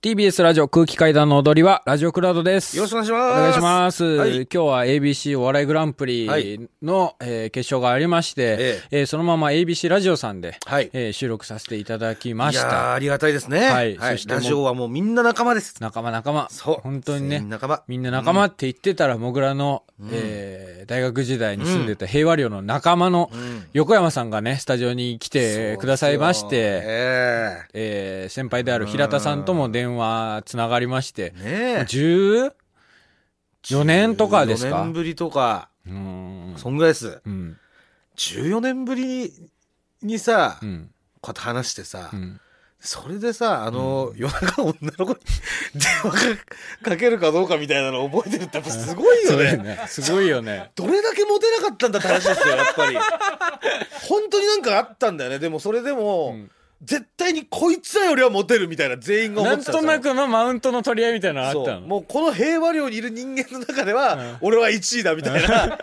TBS ラジオ空気階段の踊りはラジオクラウドです。 よろしくお願いします。 お願いします。 はい、 今日は ABC お笑いグランプリの、決勝がありまして、そのまま ABC ラジオさんで、収録させていただきました。 いやありがたいですね。 はい。そしてラジオはもうみんな仲間です。 仲間。 そう。 本当にね。みんな仲間って言ってたら、もぐらの、大学時代に住んでた平和寮の仲間の横山さんがね、スタジオに来てくださいまして、先輩である平田さんとも電話つながりまして、14年とかですか？ 14 年ぶりとか、そんぐらいです。14年ぶりにさ、こうやって話してさ、それでさ、夜中女の子に電話かけるかどうかみたいなの覚えてるってやっぱすごいよね。 すごいよね。 どれだけモテなかったんだって話ですよ、やっぱり。本当になんかあったんだよね。でもそれでも、絶対にこいつらよりはモテるみたいな全員が思ってた。 なんとなくのマウントの取り合いみたいなのあったの。 もうこの平和寮にいる人間の中では、俺は1位だみたいな。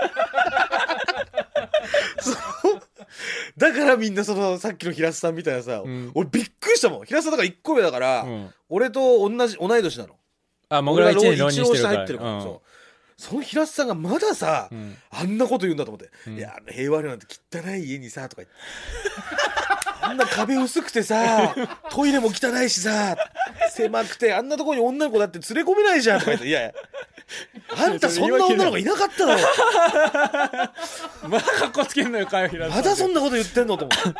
だからみんなさっきの平瀬さんみたいなさ、俺びっくりしたもん。平瀬さんだから1個目だから、俺と同い年なの。 あ、もぐら1年浪人してるから。 入ってるから。その平瀬さんがまださ、あんなこと言うんだと思って、いや平和寮なんて汚い家にさとか言って、あんな壁薄くてさ、トイレも汚いしさ、狭くてあんなところに女の子だって連れ込めないじゃんとか言って、いやあんたそんな女の子いなかっただろ。 まだカッコつけんのよ、かよ平瀬さん。 まだそんなこと言ってんのと思って。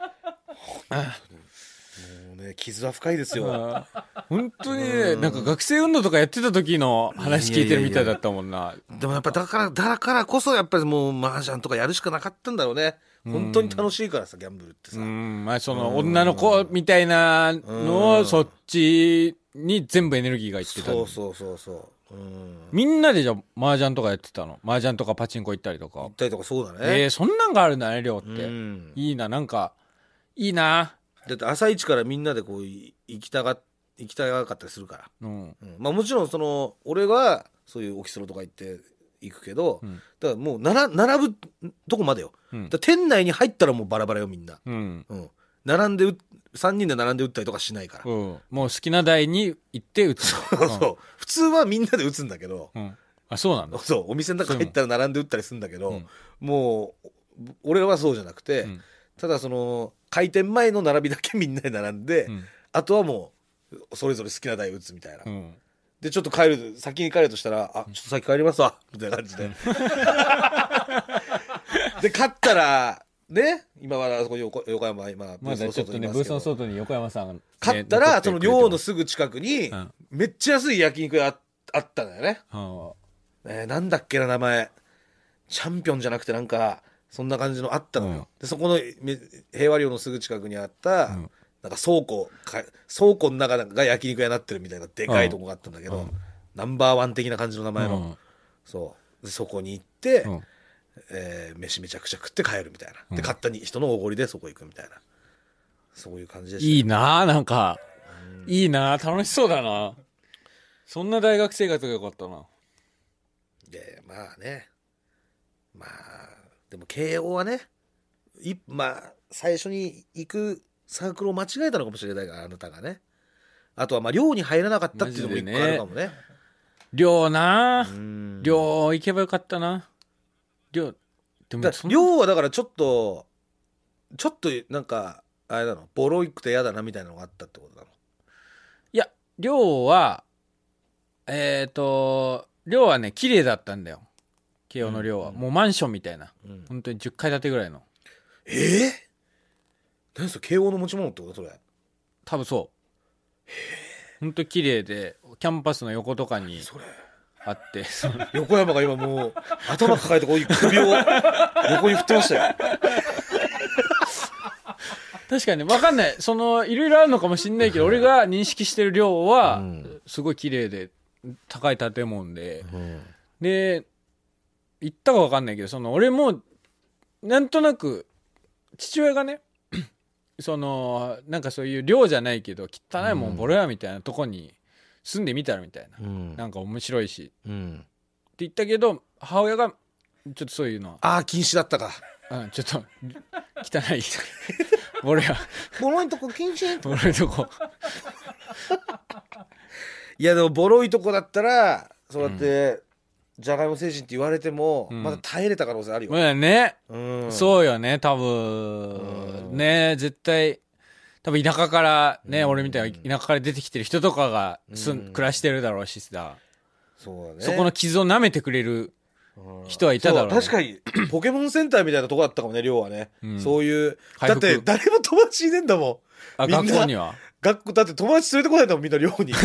もうね、傷は深いですよ。 本当にね、なんか学生運動とかやってた時の話聞いてるみたいだったもんな。 でもやっぱだからこそやっぱりもう麻雀とかやるしかなかったんだろうね。本当に楽しいからさ、ギャンブルってさ。 まあその女の子みたいなのをそっちに全部エネルギーがいってた。 そう。 みんなでじゃあ麻雀とかやってたの？麻雀とかパチンコ行ったりとか。 そうだね。 そんなんがあるんだね、寮って。いいな、なんかいいな。 だって朝一からみんなでこう行きたかったりするから。まあもちろんその俺はそういうオキスロとか行って行くけど、だからもう並ぶとこまでよ。だ店内に入ったらもうバラバラよみんな。並んで3人で並んで打ったりとかしないから。 もう好きな台に行って打つ。 そう。普通はみんなで打つんだけど。 あ、そうなんだ。 そう。お店の中入ったら並んで打ったりするんだけど、もう俺はそうじゃなくて、ただその開店前の並びだけみんなで並んで、あとはもうそれぞれ好きな台打つみたいな。でちょっと先に帰るとしたら、ちょっと先帰りますわみたいな感じで。で勝ったらね、今はそこ横山今まだちょっとねブースの外に横山さんが、 勝ったらその寮のすぐ近くにめっちゃ安い焼肉屋あったんだよね。なんだっけな名前、チャンピオンじゃなくてなんかそんな感じのあったのよ。でそこの平和寮のすぐ近くにあった、なんか倉庫の中が焼肉屋になってるみたいなでかいとこがあったんだけど、ナンバーワン的な感じの名前の、そこに行って、飯めちゃくちゃ食って帰るみたいな。で買った人のおごりでそこ行くみたいな、そういう感じでした。 いいな、なんかいいな、楽しそうだな。そんな大学生活が良かったな。 でまあね、でも慶応はね、最初に行くサークルを間違えたのかもしれないから、あなたがね。あとは寮に入らなかったっていうのも一個あるかもね。 寮な、寮行けばよかったな。寮はだからちょっとなんかあれなの、ボロくて嫌だなみたいなのがあったってことなの？ いや、寮は寮はね綺麗だったんだよ、慶応の寮は。もうマンションみたいな、本当に10階建てぐらいの。 何それ、慶応の持ち物ってこと？それ多分そう。本当に綺麗で、キャンパスの横とかにあって、 横山が今もう頭抱えてこういう首を横に振ってましたよ。 確かに分かんない、そのいろいろあるのかもしれないけど、俺が認識してる寮はすごい綺麗で高い建物で、で行ったか分かんないけど、その俺もなんとなく父親がねそのなんかそういう寮じゃないけど汚いもんボロ屋みたいなとこに住んでみたらみたいな、なんか面白いし、って言ったけど母親がちょっとそういうのは禁止だったか。 ちょっと汚いボロ屋ボロいとこ禁止、 ボロいとこいやでもボロいとこだったらそうやってじゃがいも星人って言われても、まだ耐えれた可能性あるよ。 ね、そうよね多分、ね絶対多分田舎からね、俺みたいな田舎から出てきてる人とかが暮らしてるだろうしさ、 そうだね、 そこの傷を舐めてくれる人はいただろうね。 確かにポケモンセンターみたいなとこだったかもね、寮はね、そういうだって誰も友達いねえんだもん。 学校にはだって友達連れてこないんだもん、みんな寮に。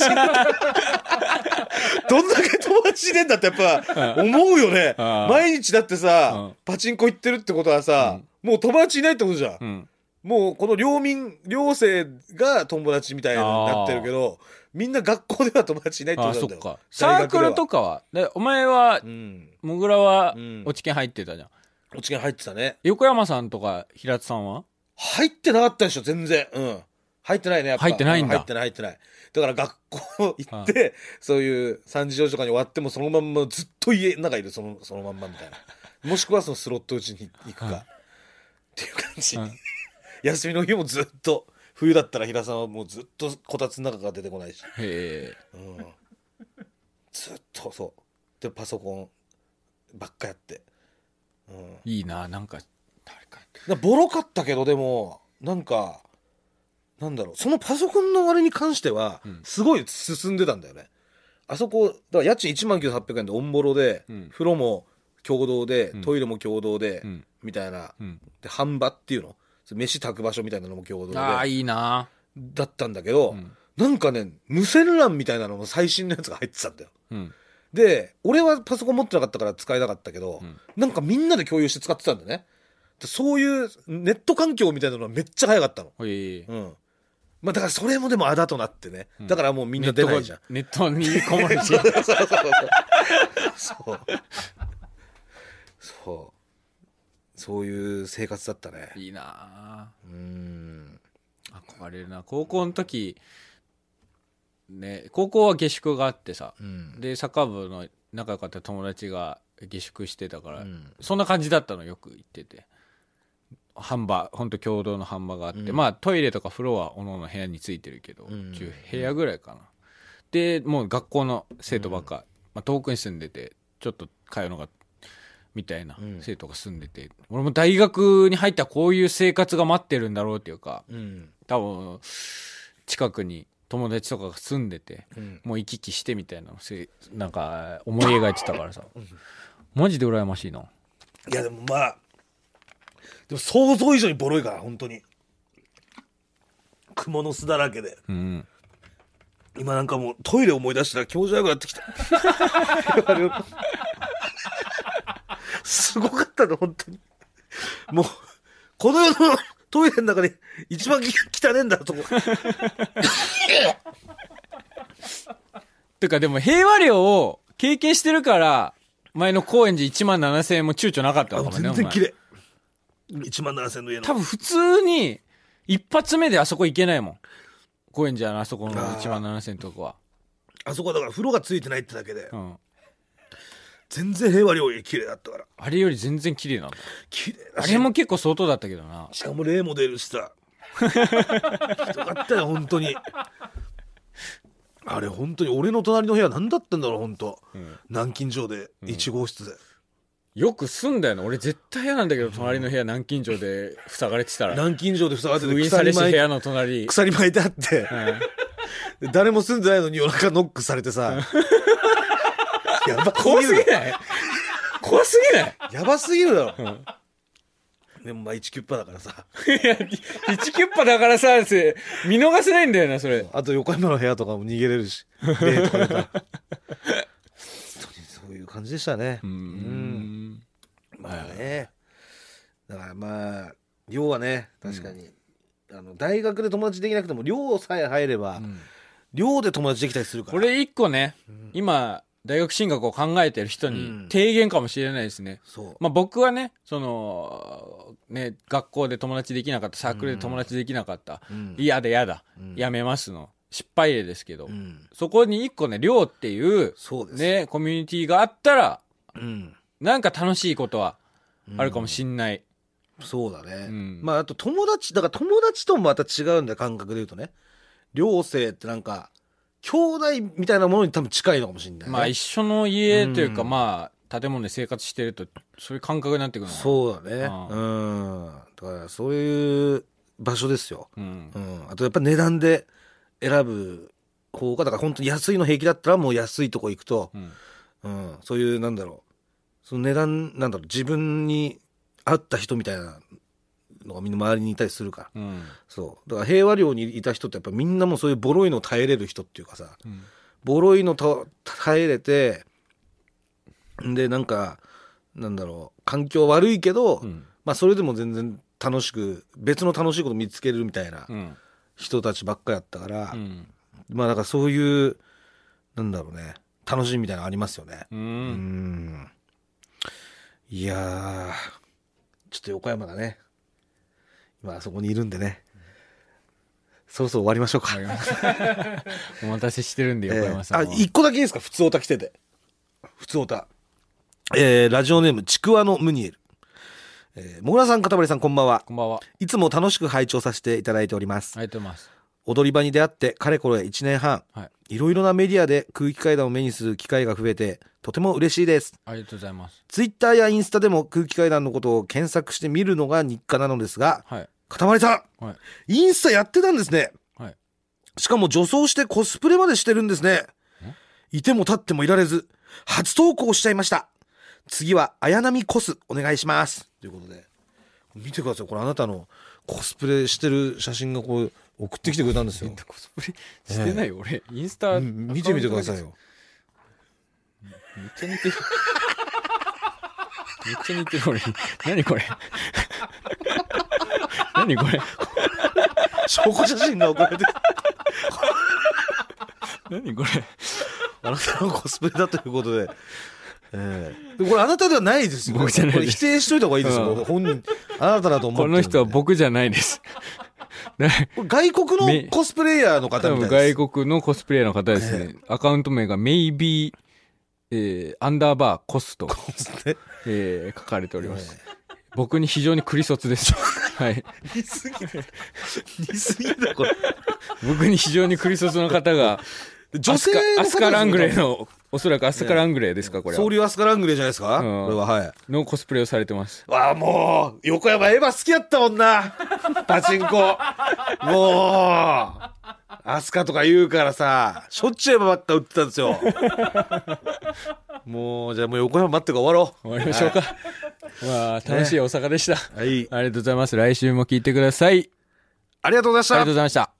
どんだけ友達いねえんだってやっぱ思うよね。毎日だってさ、パチンコ行ってるってことはさ、もう友達いないってことじゃん。もうこの寮生が友達みたいになってるけど、みんな学校では友達いないってことなんだよ。 そっか。サークルとかはでお前は、もぐらは落ち研入ってたじゃん。 落ち研入ってたね。 横山さんとか平津さんは入ってなかったでしょ全然。入ってないねやっぱ。 入ってないんだ。 入ってない。だから学校行って、そういう3時4時とかに終わってもそのまんまずっと家の中いる、そのまんまみたいな。もしくはそのスロット打ちに行くか、っていう感じ。休みの日もずっと、冬だったら平さんはもうずっとこたつの中から出てこないし。ずっとそう。でパソコンばっかやって。 いいな、なんか誰かボロかったけど、でもなんかなんだろう、そのパソコンの割に関してはすごい進んでたんだよね。あそこだから家賃19,800円でオンボロで、風呂も共同で、トイレも共同で、みたいな、で飯場っていうの、飯炊く場所みたいなのも共同で、 ああいいなだったんだけど、なんかね無線 LAN みたいなのの最新のやつが入ってたんだよ。で俺はパソコン持ってなかったから使えなかったけど、なんかみんなで共有して使ってたんだね。そういうネット環境みたいなのはめっちゃ早かったの。まあだからそれもでもあだとなってね、だからもうみんな出ないじゃん。 ネットにこもるしそういう生活だったね。 いいな憧れるな。高校の時ね、高校は下宿があってさ、でサッカー部の仲良かった友達が下宿してたから、そんな感じだったのよく言ってて、飯場ほんと共同の飯場があって、まあトイレとか風呂は各々部屋についてるけど、10部屋ぐらいかな。でもう学校の生徒ばっか、遠くに住んでてちょっと通うのがみたいな生徒が住んでて、俺も大学に入ったらこういう生活が待ってるんだろうっていうか、多分近くに友達とかが住んでて、もう行き来してみたいななんか思い描いてたからさ、マジで羨ましいな。 いやでもでも想像以上にボロいから本当に蜘蛛の巣だらけで、今なんかもうトイレ思い出したら気持ち悪くなってきたすごかったの本当に。もうこの世のトイレの中で一番汚ねえんだと思うてかでも平和寮を経験してるから前の高円寺17,000円も躊躇なかったのかもね。 全然綺麗。17,000円の家の多分普通に一発目であそこ行けないもん。高円寺のあそこの17,000円のとこは。 あそこはだから風呂がついてないってだけで、全然平和寮より綺麗だったから。 あれより全然綺麗なんだ。 綺麗だし、 あれも結構相当だったけどな。 しかも例も出るしさひどかったよ本当に。あれ本当に俺の隣の部屋何だったんだろう本当、南京錠で1号室で、 よく住んだよな。俺絶対嫌なんだけど、隣の部屋南京錠で塞がれてたら。 南京錠で塞がれてて封印されし部屋の隣鎖巻いてあって、誰も住んでないのに夜中ノックされてさやば怖すぎない怖すぎない。 やばすぎるだろ、でも1キュッパだからさいや1キュッパだからさ見逃せないんだよなそれ。 あと横山の部屋とかも逃げれるし霊とか出たらそういう感じでしたね。まあね、だから寮はね確かに、大学で友達できなくても寮さえ入れば、寮で友達できたりするから。 これ一個ね、今大学進学を考えてる人に提言かもしれないですね。僕はね学校で友達できなかった、サークルで友達できなかった、嫌だ、やめますの失敗例ですけど、そこに一個ね寮っていうねコミュニティがあったら、なんか楽しいことはあるかもしんない。 そうだね、あと友達ともまた違うんだよ感覚で言うとね。寮生ってなんか兄弟みたいなものに多分近いのかもしれない、ね。 まあ一緒の家というか、まあ建物で生活してるとそういう感覚になってくるのかな。 そうだね。だからそういう場所ですよ。あとやっぱ値段で選ぶ方が、だから本当に安いの平気だったらもう安いとこ行くと、そういうなんだろう、その値段なんだろう、自分に合った人みたいなのがみんな周りにいたりするから、そうだから平和寮にいた人ってやっぱみんなもそういうボロいの耐えれる人っていうかさ、ボロいの耐えれて、でなんかなんだろう、環境悪いけど、まあそれでも全然楽しく別の楽しいこと見つけるみたいな人たちばっかやったから、まあだからそういうなんだろうね、楽しみみたいなのありますよね。いやー、ちょっと横山がね今あそこにいるんでね、そろそろ終わりましょうか。 お待たせしてるんで横山さんは。 一個だけいいですか、普通オタ来てて。普通オタ、ラジオネームちくわのムニエル。もぐらさん、かたまりさん、こんばんは。 こんばんは。 いつも楽しく拝聴させていただいております。 ありがとうございます。踊り場に出会ってかれこれ1年半、いろいろなメディアで空気階段を目にする機会が増えてとても嬉しいです。 ありがとうございます。 ツイッターやインスタでも空気階段のことを検索してみるのが日課なのですが、かたまりさん、インスタやってたんですね。しかも女装してコスプレまでしてるんですね。いても立ってもいられず初投稿しちゃいました。次は綾波コスお願いしますということで、見てください、これあなたのコスプレしてる写真がこう送ってきてくれたんですよ。 コスプレしてないよ、俺インスタ見てみてくださいよ。 めっちゃ似てる。めっちゃ似てる俺。何これ。何これ。 証拠写真が送られて何これ。 あなたのコスプレだということで、これあなたではないですよ。 僕じゃないです。 これ否定しといた方がいいですよ、本人あなただと思ってるんで。 この人は僕じゃないです。 外国のコスプレイヤーの方みたいです。 外国のコスプレイヤーの方ですね。アカウント名が maybe、アンダーバーコスと、書かれております。僕に非常にクリソツです。はい。 似すぎだこれ。 僕に非常にクリソツの方が、 女性の方、 アスカ・ラングレーの、おそらくアスカ・ラングレーですか、これは。 総流アスカ・ラングレーじゃないですか、これは。はい。 のコスプレをされてます。 わあ、もう、横山エヴァ好きやったもんな。パチンコ。もう、アスカとか言うからさ、しょっちゅうエヴァばっか売ってたんですよ。もう、じゃあもう横山待ってから終わろう。 終わりましょうか。まあ、楽しい大阪でした。 はい。 ありがとうございます。来週も聞いてください。 ありがとうございました。 ありがとうございました。